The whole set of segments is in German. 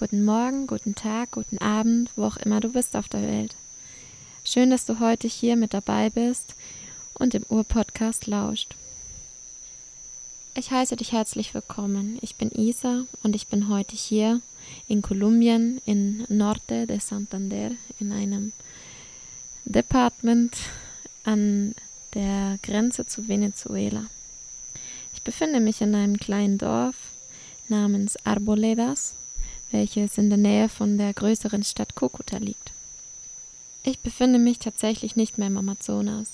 Guten Morgen, guten Tag, guten Abend, wo auch immer du bist auf der Welt. Schön, dass du heute hier mit dabei bist und im Ur-Podcast lauscht. Ich heiße dich herzlich willkommen. Ich bin Isa und ich bin heute hier in Kolumbien, in Norte de Santander, in einem Departement an der Grenze zu Venezuela. Ich befinde mich in einem kleinen Dorf namens Arboledas, welches in der Nähe von der größeren Stadt Cúcuta liegt. Ich befinde mich tatsächlich nicht mehr im Amazonas.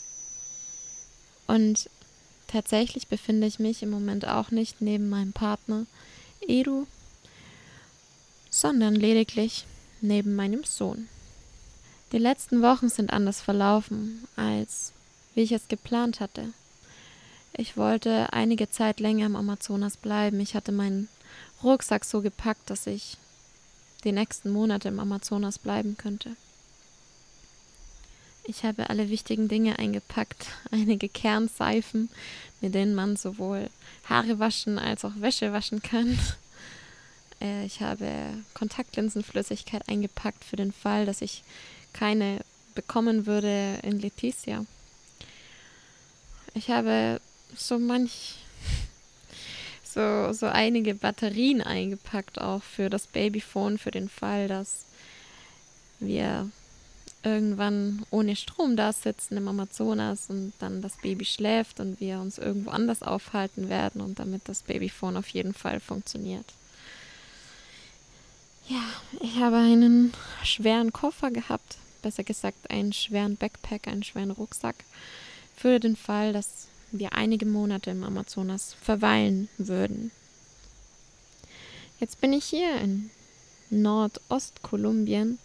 Und tatsächlich befinde ich mich im Moment auch nicht neben meinem Partner Eru, sondern lediglich neben meinem Sohn. Die letzten Wochen sind anders verlaufen, als wie ich es geplant hatte. Ich wollte einige Zeit länger im Amazonas bleiben. Ich hatte meinen Rucksack so gepackt, dass ich die nächsten Monate im Amazonas bleiben könnte. Ich habe alle wichtigen Dinge eingepackt, einige Kernseifen, mit denen man sowohl Haare waschen als auch Wäsche waschen kann. Ich habe Kontaktlinsenflüssigkeit eingepackt für den Fall, dass ich keine bekommen würde in Leticia. Ich habe so einige Batterien eingepackt, auch für das Babyphone, für den Fall, dass wir irgendwann ohne Strom da sitzen im Amazonas und dann das Baby schläft und wir uns irgendwo anders aufhalten werden und damit das Babyphone auf jeden Fall funktioniert. Ja, ich habe einen schweren Koffer gehabt, besser gesagt einen schweren Backpack, einen schweren Rucksack, für den Fall, dass wir einige Monate im Amazonas verweilen würden. Jetzt bin ich hier in Nordostkolumbien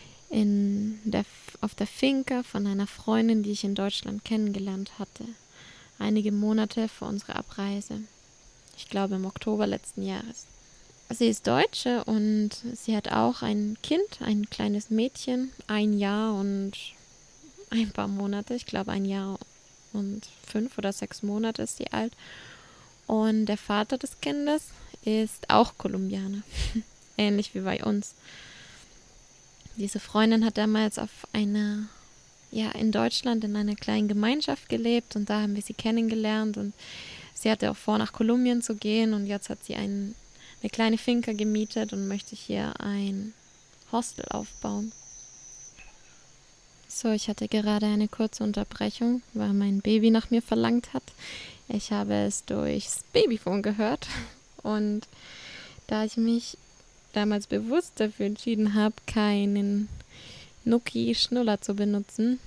auf der Finca von einer Freundin, die ich in Deutschland kennengelernt hatte. Einige Monate vor unserer Abreise. Ich glaube im Oktober letzten Jahres. Sie ist Deutsche und sie hat auch ein Kind, ein kleines Mädchen, 1 Jahr und ein paar Monate. Ich glaube 1 Jahr und 5 oder 6 Monate ist sie alt. Und der Vater des Kindes ist auch Kolumbianer, ähnlich wie bei uns. Diese Freundin hat damals in Deutschland in einer kleinen Gemeinschaft gelebt und da haben wir sie kennengelernt und sie hatte auch vor, nach Kolumbien zu gehen und jetzt hat sie eine kleine Finca gemietet und möchte hier ein Hostel aufbauen. So, ich hatte gerade eine kurze Unterbrechung, weil mein Baby nach mir verlangt hat. Ich habe es durchs Babyphone gehört und da ich mich damals bewusst dafür entschieden habe, keinen Nuki-Schnuller zu benutzen,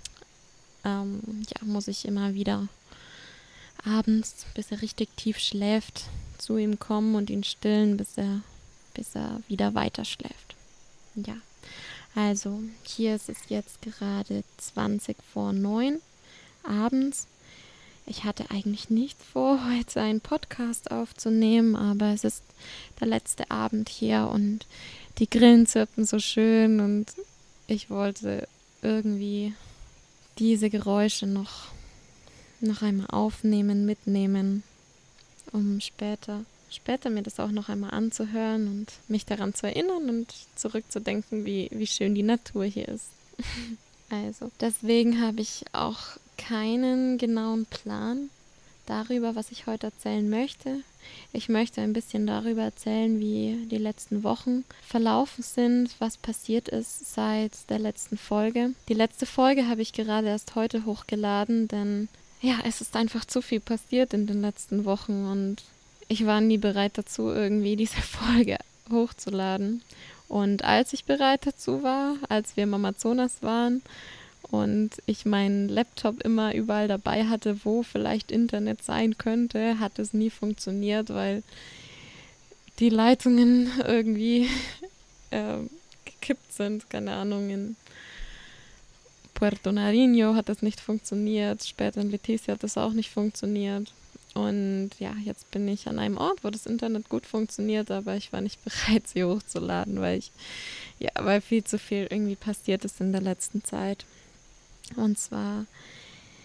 muss ich immer wieder abends, bis er richtig tief schläft, zu ihm kommen und ihn stillen, bis er wieder weiter schläft. Ja, also hier ist es jetzt gerade 20 vor 9 abends. Ich hatte eigentlich nicht vor, heute einen Podcast aufzunehmen, aber es ist der letzte Abend hier und die Grillen zirpen so schön und ich wollte irgendwie diese Geräusche noch einmal aufnehmen, mitnehmen, um später mir das auch noch einmal anzuhören und mich daran zu erinnern und zurückzudenken, wie schön die Natur hier ist. Also, deswegen habe ich auch keinen genauen Plan darüber, was ich heute erzählen möchte. Ich möchte ein bisschen darüber erzählen, wie die letzten Wochen verlaufen sind, was passiert ist seit der letzten Folge. Die letzte Folge habe ich gerade erst heute hochgeladen, denn ja, es ist einfach zu viel passiert in den letzten Wochen und ich war nie bereit dazu, irgendwie diese Folge hochzuladen. Und als ich bereit dazu war, als wir im Amazonas waren und ich meinen Laptop immer überall dabei hatte, wo vielleicht Internet sein könnte, hat es nie funktioniert, weil die Leitungen irgendwie gekippt sind. Keine Ahnung, in Puerto Nariño hat das nicht funktioniert, später in Leticia hat das auch nicht funktioniert. Und ja, jetzt bin ich an einem Ort, wo das Internet gut funktioniert, aber ich war nicht bereit, sie hochzuladen, weil viel zu viel irgendwie passiert ist in der letzten Zeit. Und zwar,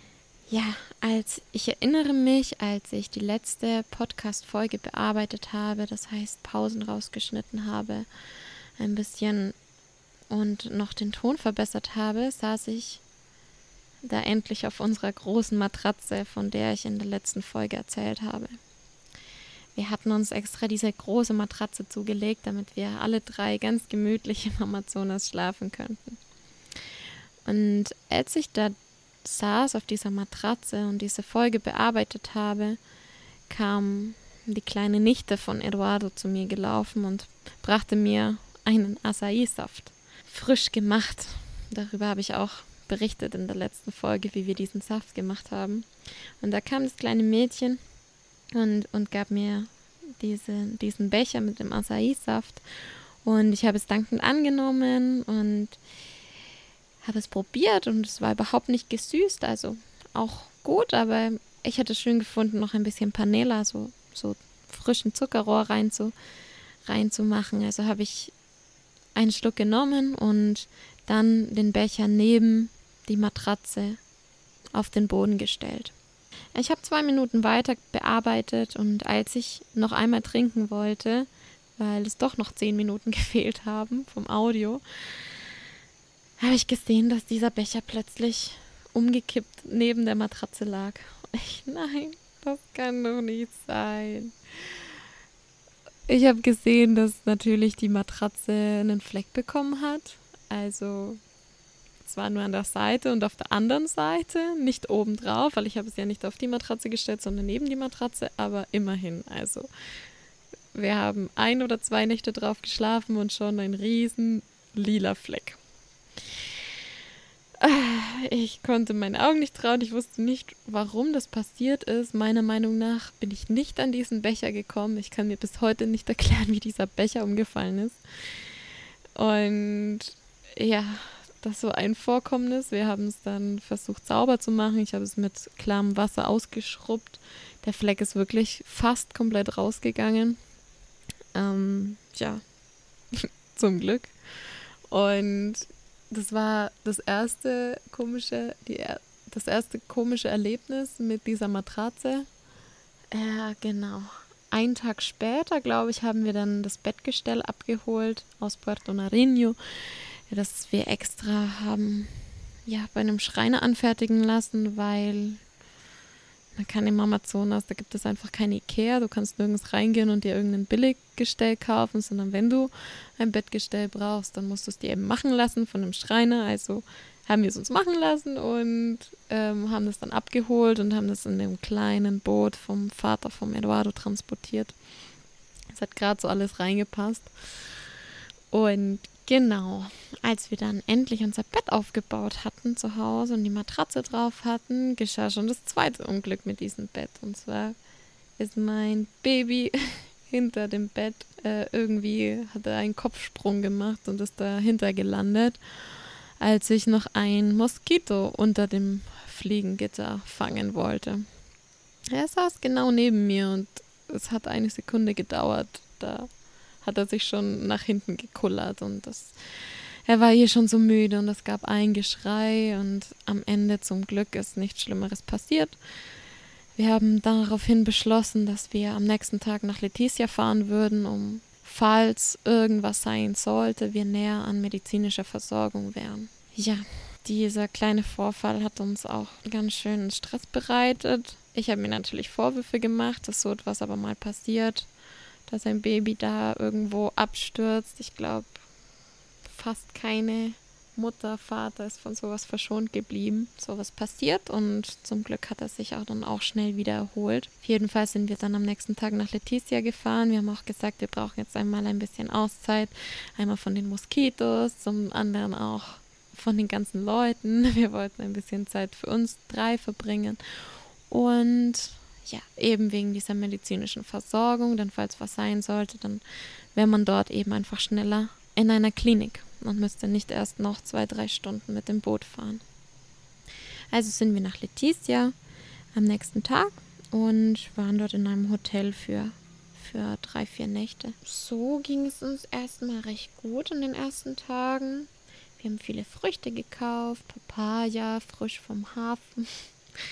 Ja, ich erinnere mich, als ich die letzte Podcast-Folge bearbeitet habe, das heißt Pausen rausgeschnitten habe, ein bisschen und noch den Ton verbessert habe, saß ich da endlich auf unserer großen Matratze, von der ich in der letzten Folge erzählt habe. Wir hatten uns extra diese große Matratze zugelegt, damit wir alle 3 ganz gemütlich im Amazonas schlafen könnten. Und als ich da saß auf dieser Matratze und diese Folge bearbeitet habe, kam die kleine Nichte von Eduardo zu mir gelaufen und brachte mir einen Acai-Saft. Frisch gemacht. Darüber habe ich auch berichtet in der letzten Folge, wie wir diesen Saft gemacht haben. Und da kam das kleine Mädchen und gab mir diesen Becher mit dem Acai-Saft. Und ich habe es dankend angenommen und habe es probiert und es war überhaupt nicht gesüßt, also auch gut, aber ich hätte es schön gefunden, noch ein bisschen Panela, so frischen Zuckerrohr reinzumachen. Also habe ich einen Schluck genommen und dann den Becher neben die Matratze auf den Boden gestellt. Ich habe 2 Minuten weiter bearbeitet und als ich noch einmal trinken wollte, weil es doch noch 10 Minuten gefehlt haben vom Audio, habe ich gesehen, dass dieser Becher plötzlich umgekippt neben der Matratze lag. Nein, das kann doch nicht sein. Ich habe gesehen, dass natürlich die Matratze einen Fleck bekommen hat. Also zwar nur an der Seite und auf der anderen Seite, nicht oben drauf, weil ich habe es ja nicht auf die Matratze gestellt, sondern neben die Matratze, aber immerhin. Also wir haben 1 oder 2 Nächte drauf geschlafen und schon ein riesen lila Fleck. Ich konnte meinen Augen nicht trauen. Ich wusste nicht, warum das passiert ist. Meiner Meinung nach bin ich nicht an diesen Becher gekommen. Ich kann mir bis heute nicht erklären, wie dieser Becher umgefallen ist. Und ja, das war ein Vorkommnis. Wir haben es dann versucht sauber zu machen. Ich habe es mit klarem Wasser ausgeschrubbt. Der Fleck ist wirklich fast komplett rausgegangen. Ja, zum Glück. Und das war das erste komische Erlebnis mit dieser Matratze. Ja, genau. Einen Tag später, glaube ich, haben wir dann das Bettgestell abgeholt aus Puerto Nariño, das wir extra haben bei einem Schreiner anfertigen lassen, weil man kann im Amazonas, da gibt es einfach keine Ikea, du kannst nirgends reingehen und dir irgendein Billiggestell kaufen, sondern wenn du ein Bettgestell brauchst, dann musst du es dir eben machen lassen von einem Schreiner. Also haben wir es uns machen lassen und haben das dann abgeholt und haben das in dem kleinen Boot vom Vater vom Eduardo transportiert. Es hat gerade so alles reingepasst. Und genau, als wir dann endlich unser Bett aufgebaut hatten zu Hause und die Matratze drauf hatten, geschah schon das zweite Unglück mit diesem Bett. Und zwar ist mein Baby hinter dem Bett irgendwie hat er einen Kopfsprung gemacht und ist dahinter gelandet, als ich noch ein Moskito unter dem Fliegengitter fangen wollte. Er saß genau neben mir und es hat eine Sekunde gedauert. Da hat er sich schon nach hinten gekullert und er war schon so müde und es gab ein Geschrei und am Ende zum Glück ist nichts Schlimmeres passiert. Wir haben daraufhin beschlossen, dass wir am nächsten Tag nach Leticia fahren würden, falls irgendwas sein sollte, wir näher an medizinischer Versorgung wären. Ja, dieser kleine Vorfall hat uns auch ganz schön Stress bereitet. Ich habe mir natürlich Vorwürfe gemacht, dass so etwas aber mal passiert, dass ein Baby da irgendwo abstürzt. Ich glaube, fast keine Mutter, Vater ist von sowas verschont geblieben. Sowas passiert und zum Glück hat er sich auch dann auch schnell wieder erholt. Auf jeden Fall sind wir dann am nächsten Tag nach Leticia gefahren. Wir haben auch gesagt, wir brauchen jetzt einmal ein bisschen Auszeit. Einmal von den Moskitos, zum anderen auch von den ganzen Leuten. Wir wollten ein bisschen Zeit für uns 3 verbringen. Und ja, eben wegen dieser medizinischen Versorgung, denn falls was sein sollte, dann wäre man dort eben einfach schneller in einer Klinik. Man müsste nicht erst noch 2-3 Stunden mit dem Boot fahren. Also sind wir nach Leticia am nächsten Tag und waren dort in einem Hotel für 3-4 Nächte. So ging es uns erstmal recht gut in den ersten Tagen. Wir haben viele Früchte gekauft, Papaya, frisch vom Hafen.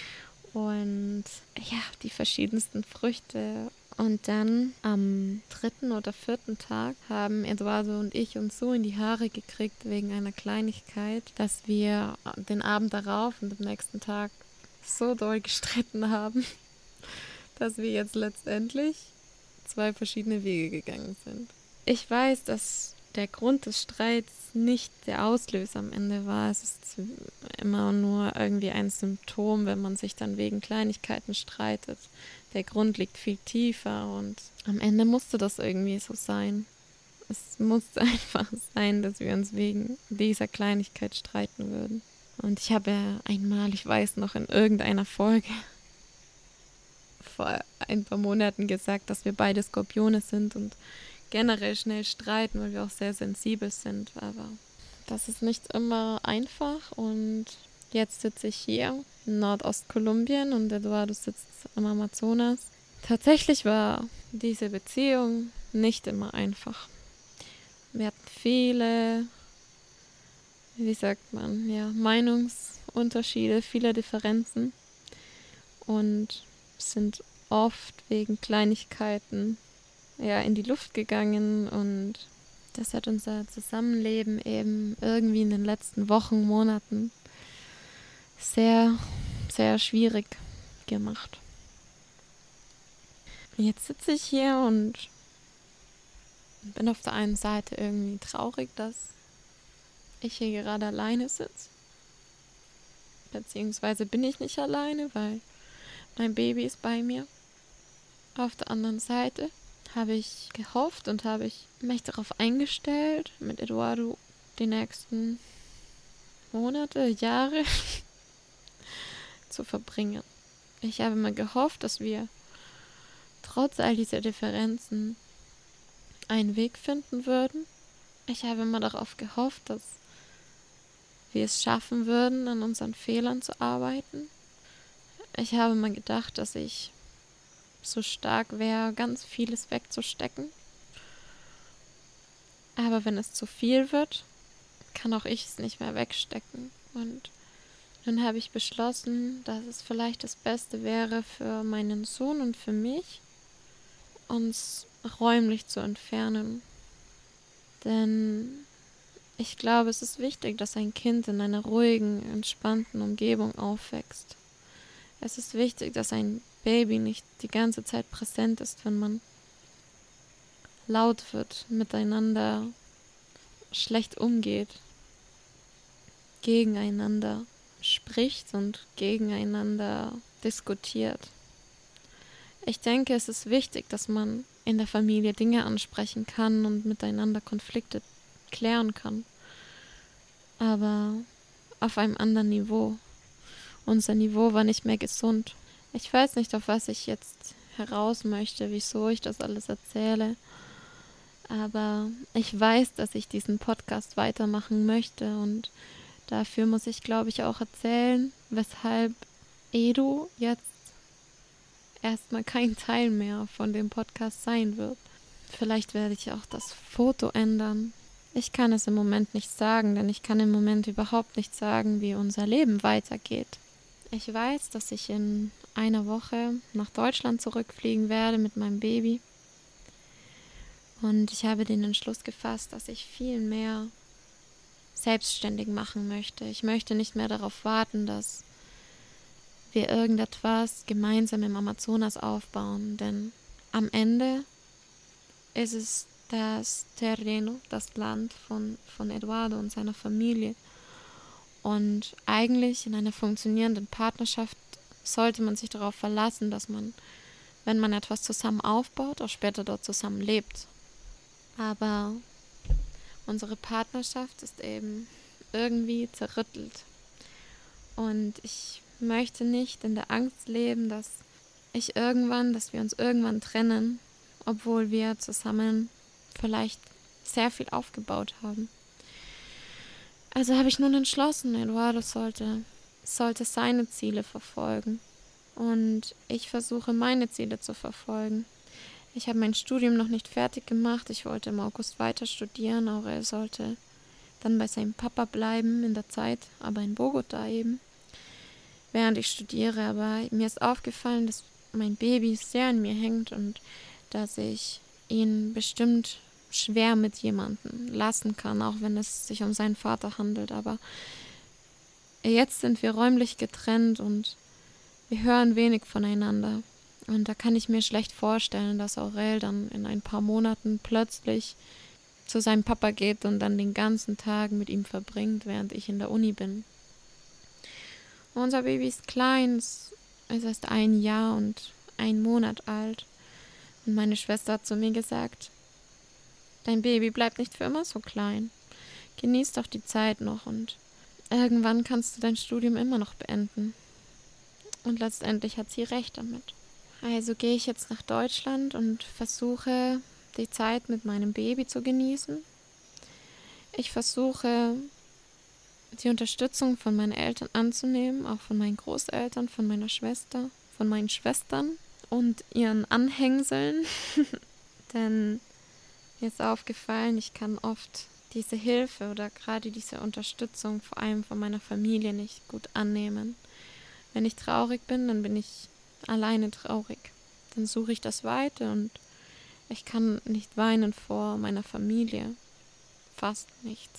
und ja, die verschiedensten Früchte. Und dann am 3. oder 4. Tag haben Eduardo und ich uns so in die Haare gekriegt wegen einer Kleinigkeit, dass wir den Abend darauf und am nächsten Tag so doll gestritten haben, dass wir jetzt letztendlich 2 verschiedene Wege gegangen sind. Ich weiß, dass der Grund des Streits nicht der Auslöser am Ende war. Es ist immer nur irgendwie ein Symptom, wenn man sich dann wegen Kleinigkeiten streitet. Der Grund liegt viel tiefer und am Ende musste das irgendwie so sein. Es musste einfach sein, dass wir uns wegen dieser Kleinigkeit streiten würden. Und ich habe einmal, ich weiß noch, in irgendeiner Folge vor ein paar Monaten gesagt, dass wir beide Skorpione sind und generell schnell streiten, weil wir auch sehr sensibel sind. Aber das ist nicht immer einfach und jetzt sitze ich hier in Nordostkolumbien und Eduardo sitzt am Amazonas. Tatsächlich war diese Beziehung nicht immer einfach. Wir hatten viele, wie sagt man, ja, Meinungsunterschiede, viele Differenzen und sind oft wegen Kleinigkeiten in die Luft gegangen und das hat unser Zusammenleben eben irgendwie in den letzten Wochen, Monaten sehr, sehr schwierig gemacht. Jetzt sitze ich hier und bin auf der einen Seite irgendwie traurig, dass ich hier gerade alleine sitze. Beziehungsweise bin ich nicht alleine, weil mein Baby ist bei mir. Auf der anderen Seite habe ich gehofft und habe ich mich darauf eingestellt, mit Eduardo die nächsten Monate, Jahre zu verbringen. Ich habe mal gehofft, dass wir trotz all dieser Differenzen einen Weg finden würden. Ich habe immer darauf gehofft, dass wir es schaffen würden, an unseren Fehlern zu arbeiten. Ich habe mal gedacht, dass ich so stark wäre, ganz vieles wegzustecken. Aber wenn es zu viel wird, kann auch ich es nicht mehr wegstecken. Und dann habe ich beschlossen, dass es vielleicht das Beste wäre für meinen Sohn und für mich, uns räumlich zu entfernen. Denn ich glaube, es ist wichtig, dass ein Kind in einer ruhigen, entspannten Umgebung aufwächst. Es ist wichtig, dass ein Baby nicht die ganze Zeit präsent ist, wenn man laut wird, miteinander schlecht umgeht, gegeneinander spricht und gegeneinander diskutiert. Ich denke, es ist wichtig, dass man in der Familie Dinge ansprechen kann und miteinander Konflikte klären kann. Aber auf einem anderen Niveau. Unser Niveau war nicht mehr gesund. Ich weiß nicht, auf was ich jetzt heraus möchte, wieso ich das alles erzähle. Aber ich weiß, dass ich diesen Podcast weitermachen möchte und dafür muss ich, glaube ich, auch erzählen, weshalb Edu jetzt erstmal kein Teil mehr von dem Podcast sein wird. Vielleicht werde ich auch das Foto ändern. Ich kann es im Moment nicht sagen, denn ich kann im Moment überhaupt nicht sagen, wie unser Leben weitergeht. Ich weiß, dass ich in einer Woche nach Deutschland zurückfliegen werde mit meinem Baby. Und ich habe den Entschluss gefasst, dass ich viel mehr selbstständig machen möchte. Ich möchte nicht mehr darauf warten, dass wir irgendetwas gemeinsam im Amazonas aufbauen, denn am Ende ist es das Terreno, das Land von Eduardo und seiner Familie. Und eigentlich in einer funktionierenden Partnerschaft sollte man sich darauf verlassen, dass man, wenn man etwas zusammen aufbaut, auch später dort zusammen lebt. Aber unsere Partnerschaft ist eben irgendwie zerrüttelt. Und ich möchte nicht in der Angst leben, dass wir uns irgendwann trennen, obwohl wir zusammen vielleicht sehr viel aufgebaut haben. Also habe ich nun entschlossen, Eduardo sollte seine Ziele verfolgen. Und ich versuche, meine Ziele zu verfolgen. Ich habe mein Studium noch nicht fertig gemacht. Ich wollte im August weiter studieren. Auch er sollte dann bei seinem Papa bleiben in der Zeit, aber in Bogota eben. während ich studiere. Aber mir ist aufgefallen, dass mein Baby sehr an mir hängt und dass ich ihn bestimmt schwer mit jemandem lassen kann, auch wenn es sich um seinen Vater handelt. Aber jetzt sind wir räumlich getrennt und wir hören wenig voneinander. Und da kann ich mir schlecht vorstellen, dass Aurel dann in ein paar Monaten plötzlich zu seinem Papa geht und dann den ganzen Tag mit ihm verbringt, während ich in der Uni bin. Unser Baby ist klein, es ist erst 1 Jahr und 1 Monat alt. Und meine Schwester hat zu mir gesagt, dein Baby bleibt nicht für immer so klein. Genieß doch die Zeit noch und irgendwann kannst du dein Studium immer noch beenden. Und letztendlich hat sie recht damit. Also gehe ich jetzt nach Deutschland und versuche, die Zeit mit meinem Baby zu genießen. Ich versuche, die Unterstützung von meinen Eltern anzunehmen, auch von meinen Großeltern, von meiner Schwester, von meinen Schwestern und ihren Anhängseln. Denn mir ist aufgefallen, ich kann oft diese Hilfe oder gerade diese Unterstützung vor allem von meiner Familie nicht gut annehmen. Wenn ich traurig bin, dann bin ich alleine traurig. Dann suche ich das Weite und ich kann nicht weinen vor meiner Familie. Fast nicht.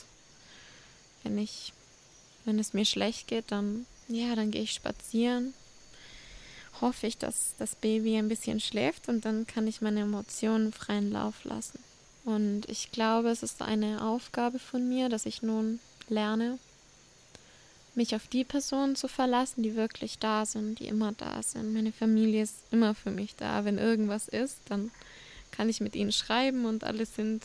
Wenn es mir schlecht geht, dann gehe ich spazieren. Hoffe ich, dass das Baby ein bisschen schläft und dann kann ich meine Emotionen freien Lauf lassen. Und ich glaube, es ist eine Aufgabe von mir, dass ich nun lerne, mich auf die Personen zu verlassen, die wirklich da sind, die immer da sind. Meine Familie ist immer für mich da. Wenn irgendwas ist, dann kann ich mit ihnen schreiben und alle sind,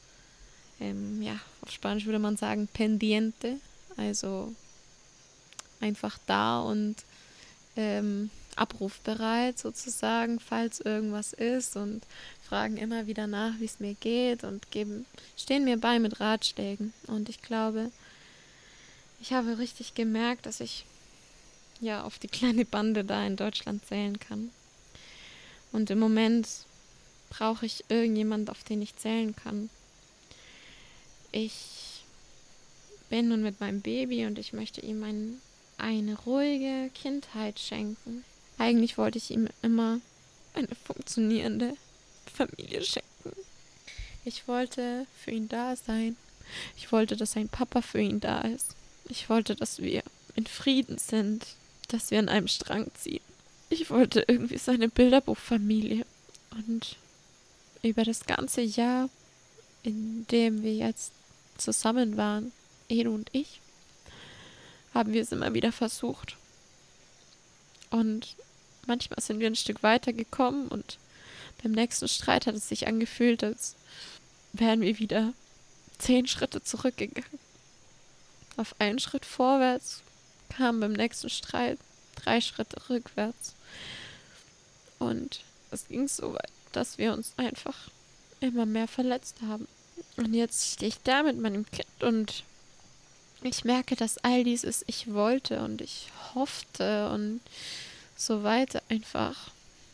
auf Spanisch würde man sagen, pendiente, also einfach da und abrufbereit sozusagen, falls irgendwas ist und fragen immer wieder nach, wie es mir geht und stehen mir bei mit Ratschlägen. Und ich glaube, ich habe richtig gemerkt, dass ich auf die kleine Bande da in Deutschland zählen kann. Und im Moment brauche ich irgendjemand, auf den ich zählen kann. Ich bin nun mit meinem Baby und ich möchte ihm eine ruhige Kindheit schenken. Eigentlich wollte ich ihm immer eine funktionierende Familie schenken. Ich wollte für ihn da sein. Ich wollte, dass sein Papa für ihn da ist. Ich wollte, dass wir in Frieden sind, dass wir an einem Strang ziehen. Ich wollte irgendwie seine Bilderbuchfamilie. Und über das ganze Jahr, in dem wir jetzt zusammen waren, Edu und ich, haben wir es immer wieder versucht. Und manchmal sind wir ein Stück weiter gekommen und beim nächsten Streit hat es sich angefühlt, als wären wir wieder 10 Schritte zurückgegangen. Auf einen Schritt vorwärts, kamen beim nächsten Streit 3 Schritte rückwärts. Und es ging so weit, dass wir uns einfach immer mehr verletzt haben. Und jetzt stehe ich da mit meinem Kind und ich merke, dass all dieses ich wollte und ich hoffte und so weiter einfach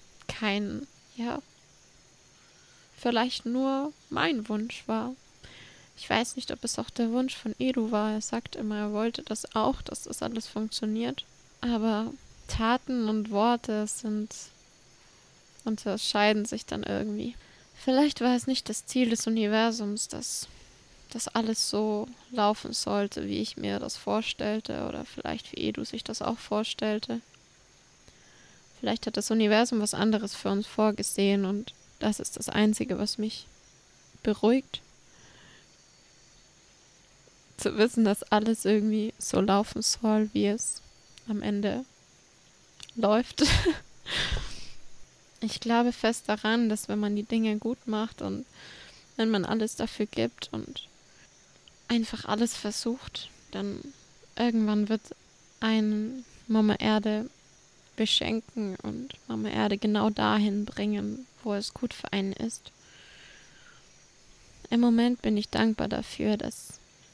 vielleicht nur mein Wunsch war. Ich weiß nicht, ob es auch der Wunsch von Edu war. Er sagt immer, er wollte das auch, dass das alles funktioniert. Aber Taten und Worte unterscheiden sich dann irgendwie. Vielleicht war es nicht das Ziel des Universums, dass das alles so laufen sollte, wie ich mir das vorstellte, oder vielleicht wie Edu sich das auch vorstellte. Vielleicht hat das Universum was anderes für uns vorgesehen und das ist das Einzige, was mich beruhigt. Zu wissen, dass alles irgendwie so laufen soll, wie es am Ende läuft. Ich glaube fest daran, dass wenn man die Dinge gut macht und wenn man alles dafür gibt und einfach alles versucht, dann irgendwann wird ein Mama Erde beschenken und Mama Erde genau dahin bringen, wo es gut für einen ist. Im Moment bin ich dankbar dafür, dass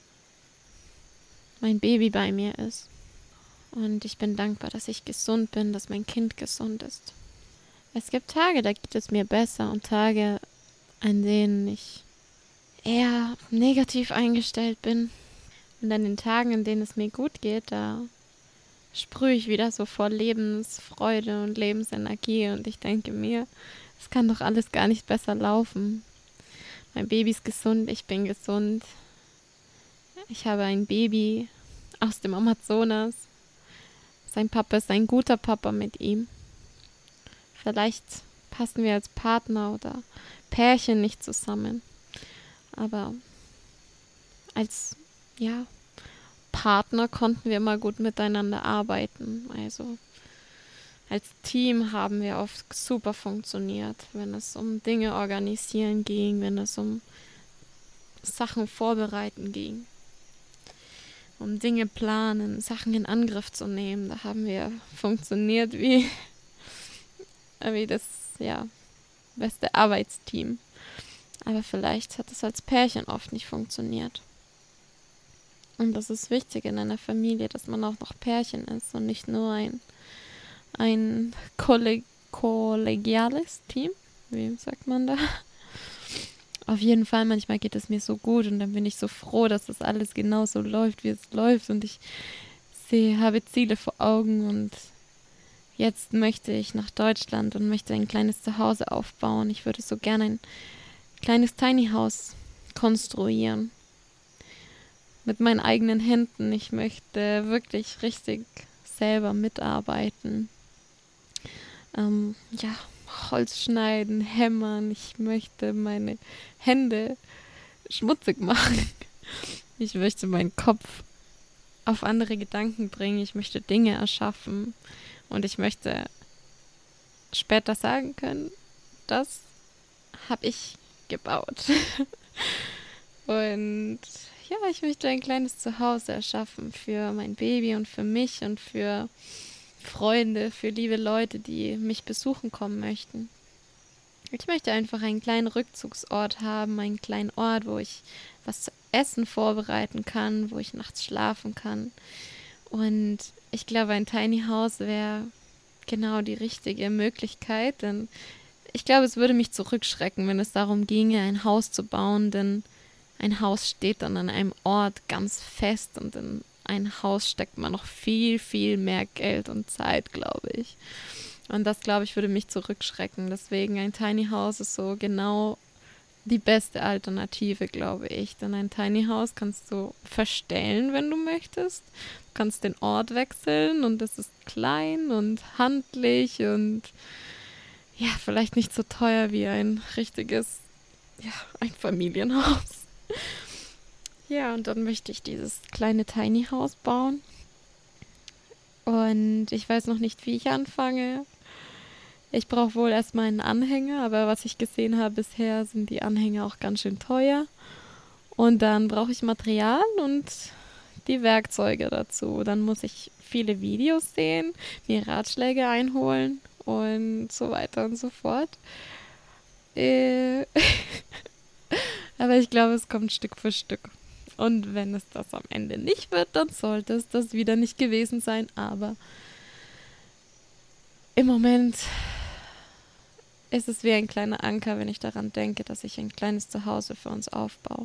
mein Baby bei mir ist. Und ich bin dankbar, dass ich gesund bin, dass mein Kind gesund ist. Es gibt Tage, da geht es mir besser und Tage, an denen ich eher negativ eingestellt bin. Und an den Tagen, in denen es mir gut geht, da sprühe ich wieder so vor Lebensfreude und Lebensenergie und ich denke mir, es kann doch alles gar nicht besser laufen. Mein Baby ist gesund, ich bin gesund. Ich habe ein Baby aus dem Amazonas. Sein Papa ist ein guter Papa mit ihm. Vielleicht passen wir als Partner oder Pärchen nicht zusammen. Aber als, ja, Partner konnten wir immer gut miteinander arbeiten. Also als Team haben wir oft super funktioniert, wenn es um Dinge organisieren ging, wenn es um Sachen vorbereiten ging, um Dinge planen, Sachen in Angriff zu nehmen. Da haben wir funktioniert wie das, ja, beste Arbeitsteam. Aber vielleicht hat es als Pärchen oft nicht funktioniert. Und das ist wichtig in einer Familie, dass man auch noch Pärchen ist und nicht nur ein kollegiales Team. Wie sagt man da? Auf jeden Fall, manchmal geht es mir so gut und dann bin ich so froh, dass das alles genauso läuft, wie es läuft und ich habe Ziele vor Augen und jetzt möchte ich nach Deutschland und möchte ein kleines Zuhause aufbauen. Ich würde so gerne ein kleines Tiny House konstruieren. Mit meinen eigenen Händen. Ich möchte wirklich richtig selber mitarbeiten. Ja, Holz schneiden, hämmern. Ich möchte meine Hände schmutzig machen. Ich möchte meinen Kopf auf andere Gedanken bringen. Ich möchte Dinge erschaffen. Und ich möchte später sagen können, das habe ich gebaut. Und ja, ich möchte ein kleines Zuhause erschaffen für mein Baby und für mich und für Freunde, für liebe Leute, die mich besuchen kommen möchten. Ich möchte einfach einen kleinen Rückzugsort haben, einen kleinen Ort, wo ich was zu essen vorbereiten kann, wo ich nachts schlafen kann. Und ich glaube, ein Tiny House wäre genau die richtige Möglichkeit, denn ich glaube, es würde mich zurückschrecken, wenn es darum ginge, ein Haus zu bauen, denn ein Haus steht dann an einem Ort ganz fest und in ein Haus steckt man noch viel, viel mehr Geld und Zeit, glaube ich. Und das, glaube ich, würde mich zurückschrecken. Deswegen ein Tiny House ist so genau die beste Alternative, glaube ich. Denn ein Tiny House kannst du verstellen, wenn du möchtest. Du kannst den Ort wechseln und es ist klein und handlich und ja, vielleicht nicht so teuer wie ein richtiges, ja, ein Familienhaus. Ja, und dann möchte ich dieses kleine Tiny House bauen. Und ich weiß noch nicht, wie ich anfange. Ich brauche wohl erstmal einen Anhänger, aber was ich gesehen habe bisher, sind die Anhänger auch ganz schön teuer. Und dann brauche ich Material und die Werkzeuge dazu. Dann muss ich viele Videos sehen, mir Ratschläge einholen und so weiter und so fort. Aber ich glaube, es kommt Stück für Stück. Und wenn es das am Ende nicht wird, dann sollte es das wieder nicht gewesen sein. Aber im Moment ist es wie ein kleiner Anker, wenn ich daran denke, dass ich ein kleines Zuhause für uns aufbaue.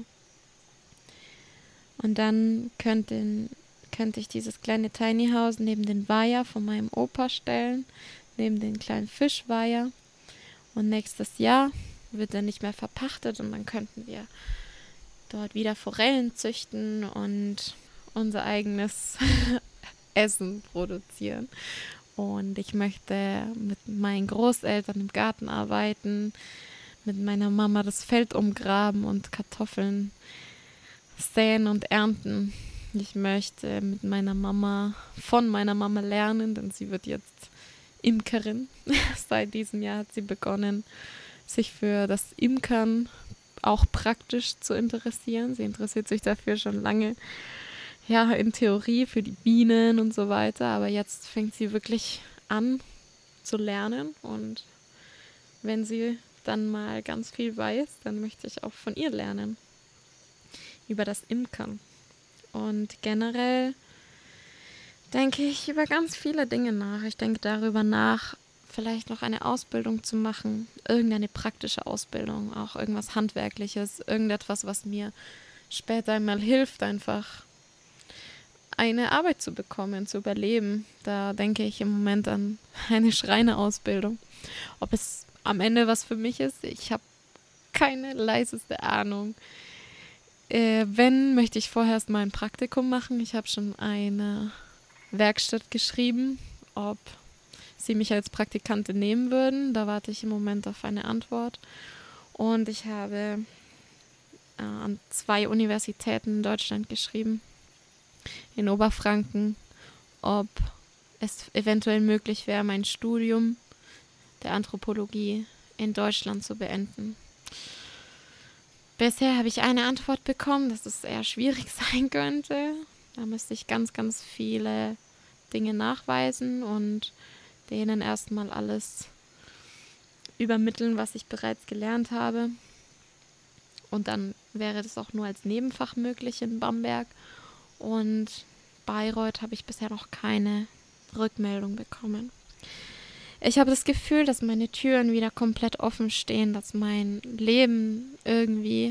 Und dann könnte ich dieses kleine Tiny House neben den Weiher von meinem Opa stellen, neben den kleinen Fischweiher. Und nächstes Jahr wird er nicht mehr verpachtet und dann könnten wir dort wieder Forellen züchten und unser eigenes Essen produzieren. Und ich möchte mit meinen Großeltern im Garten arbeiten, mit meiner Mama das Feld umgraben und Kartoffeln säen und ernten. Ich möchte von meiner Mama lernen, denn sie wird jetzt Imkerin. Seit diesem Jahr hat sie begonnen, sich für das Imkern auch praktisch zu interessieren. Sie interessiert sich dafür schon lange, ja, in Theorie für die Bienen und so weiter, aber jetzt fängt sie wirklich an zu lernen und wenn sie dann mal ganz viel weiß, dann möchte ich auch von ihr lernen über das Imkern. Und generell denke ich über ganz viele Dinge nach. Ich denke darüber nach, vielleicht noch eine Ausbildung zu machen, irgendeine praktische Ausbildung, auch irgendwas Handwerkliches, irgendetwas, was mir später einmal hilft, einfach eine Arbeit zu bekommen, zu überleben. Da denke ich im Moment an eine Schreinerausbildung. Ob es am Ende was für mich ist, ich habe keine leiseste Ahnung. Wenn, möchte ich vorher erst mal ein Praktikum machen. Ich habe schon eine Werkstatt geschrieben, ob sie mich als Praktikantin nehmen würden. Da warte ich im Moment auf eine Antwort. Und ich habe an 2 Universitäten in Deutschland geschrieben, in Oberfranken, ob es eventuell möglich wäre, mein Studium der Anthropologie in Deutschland zu beenden. Bisher habe ich eine Antwort bekommen, dass es eher schwierig sein könnte. Da müsste ich ganz, ganz viele Dinge nachweisen und denen erstmal alles übermitteln, was ich bereits gelernt habe. Und dann wäre das auch nur als Nebenfach möglich in Bamberg. Und Bayreuth habe ich bisher noch keine Rückmeldung bekommen. Ich habe das Gefühl, dass meine Türen wieder komplett offen stehen, dass mein Leben irgendwie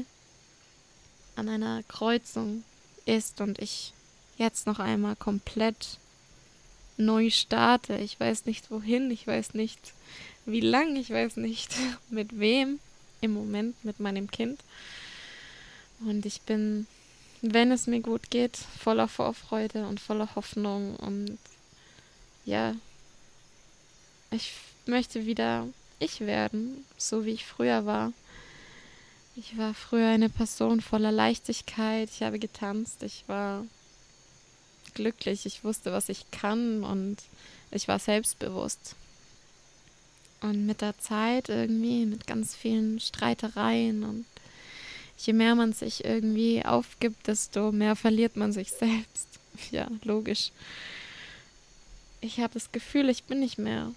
an einer Kreuzung ist und ich jetzt noch einmal komplett neu starte. Ich weiß nicht wohin, ich weiß nicht wie lang, ich weiß nicht mit wem, im Moment mit meinem Kind. Und ich bin, wenn es mir gut geht, voller Vorfreude und voller Hoffnung. Und ja, ich möchte wieder ich werden, so wie ich früher war. Ich war früher eine Person voller Leichtigkeit. Ich habe getanzt, ich war glücklich, ich wusste, was ich kann und ich war selbstbewusst. Und mit der Zeit irgendwie, mit ganz vielen Streitereien und je mehr man sich irgendwie aufgibt, desto mehr verliert man sich selbst. Ja, logisch. Ich habe das Gefühl, ich bin nicht mehr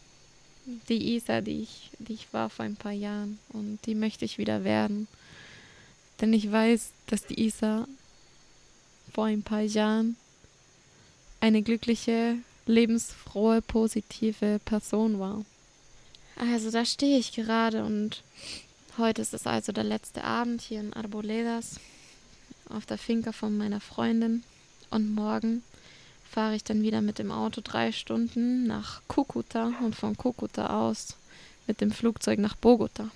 die Isa, die ich war vor ein paar Jahren. Und die möchte ich wieder werden. Denn ich weiß, dass die Isa vor ein paar Jahren eine glückliche, lebensfrohe, positive Person war. Also da stehe ich gerade und heute ist es also der letzte Abend hier in Arboledas auf der Finca von meiner Freundin. Und morgen fahre ich dann wieder mit dem Auto 3 Stunden nach Cúcuta und von Cúcuta aus mit dem Flugzeug nach Bogota.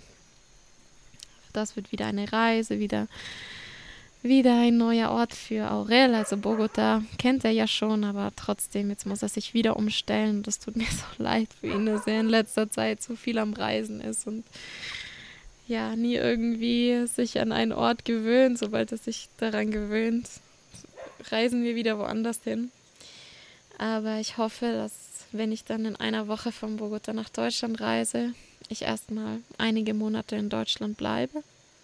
Das wird wieder eine Reise, wieder ein neuer Ort für Aurel. Also Bogota kennt er ja schon, aber trotzdem, jetzt muss er sich wieder umstellen. Das tut mir so leid für ihn, dass er in letzter Zeit so viel am Reisen ist und ja, nie irgendwie sich an einen Ort gewöhnt. Sobald er sich daran gewöhnt, reisen wir wieder woanders hin. Aber ich hoffe, dass, wenn ich dann in einer Woche von Bogota nach Deutschland reise, ich erstmal einige Monate in Deutschland bleibe.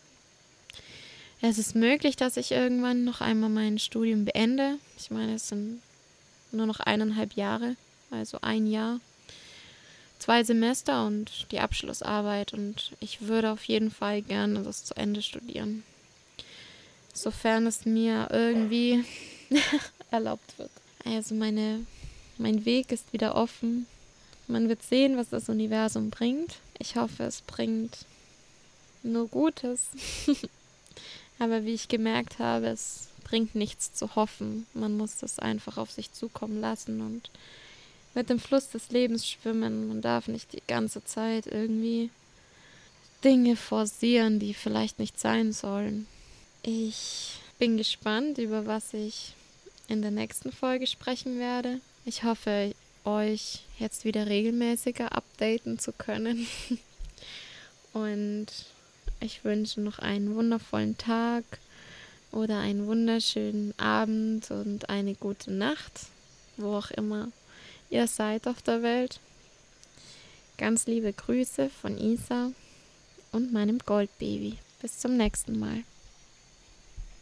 Es ist möglich, dass ich irgendwann noch einmal mein Studium beende. Ich meine, es sind nur noch 1,5 Jahre, also 1 Jahr, 2 Semester und die Abschlussarbeit. Und ich würde auf jeden Fall gerne das zu Ende studieren, sofern es mir irgendwie erlaubt wird. Also mein Weg ist wieder offen. Man wird sehen, was das Universum bringt. Ich hoffe, es bringt nur Gutes. Aber wie ich gemerkt habe, es bringt nichts zu hoffen. Man muss das einfach auf sich zukommen lassen und mit dem Fluss des Lebens schwimmen. Man darf nicht die ganze Zeit irgendwie Dinge forcieren, die vielleicht nicht sein sollen. Ich bin gespannt, über was ich in der nächsten Folge sprechen werde. Ich hoffe, euch jetzt wieder regelmäßiger updaten zu können. Und ich wünsche noch einen wundervollen Tag oder einen wunderschönen Abend und eine gute Nacht, wo auch immer ihr seid auf der Welt. Ganz liebe Grüße von Isa und meinem Goldbaby. Bis zum nächsten Mal.